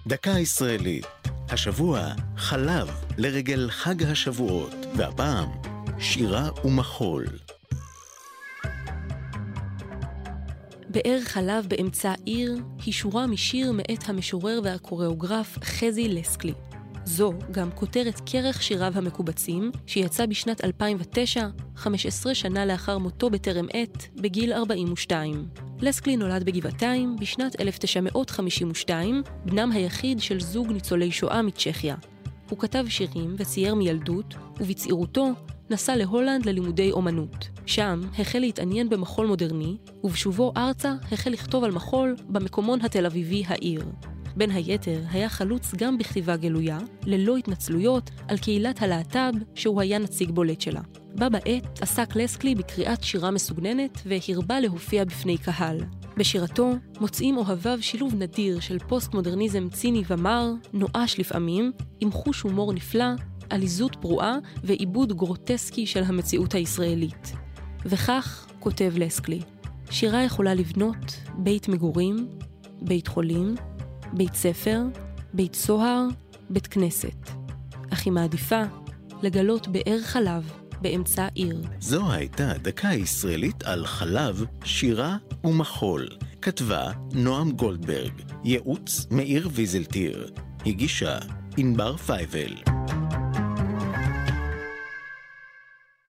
דקה ישראלית. השבוע חלב לרגל חג השבועות, והפעם שירה ומחול. באר חלב באמצע עיר היא שורה משיר מאת המשורר והקוריאוגרף חזי לסקלי. זו גם כותרת כרך שיריו המקובצים, שיצא בשנת 2009, 15 שנה לאחר מותו בטרם עת, בגיל 42. לסקלי נולד בגבעתיים בשנת 1952, בנם היחיד של זוג ניצולי שואה מצ'כיה. הוא כתב שירים וצייר מילדות, ובצעירותו נסע להולנד ללימודי אומנות. שם החל להתעניין במחול מודרני, ובשובו ארצה החל לכתוב על מחול במקומון התל אביבי העיר. בין היתר היה חלוץ גם בכתיבה גלויה, ללא התנצלויות, על קהילת הלהט"ב שהוא היה נציג בולט שלה. בה בעת עסק לסקלי בקריאת שירה מסוגננת והרבה להופיע בפני קהל. בשירתו מוצאים אוהביו שילוב נדיר של פוסט-מודרניזם ציני ומר, נואש לפעמים, עם חוש הומור נפלא, עליזות פרועה ועיבוד גרוטסקי של המציאות הישראלית. וכך כותב לסקלי: שירה יכולה לבנות בית מגורים, בית חולים, בית ספר, בית סוהר, בית כנסת. אך היא מעדיפה לגלות באר חלב באמצע עיר. זו הייתה דקה ישראלית על חלב, שירה ומחול. כתבה נועם גולדברג. ייעוץ מאיר ויזלטיר. הגישה ענבר פייבל.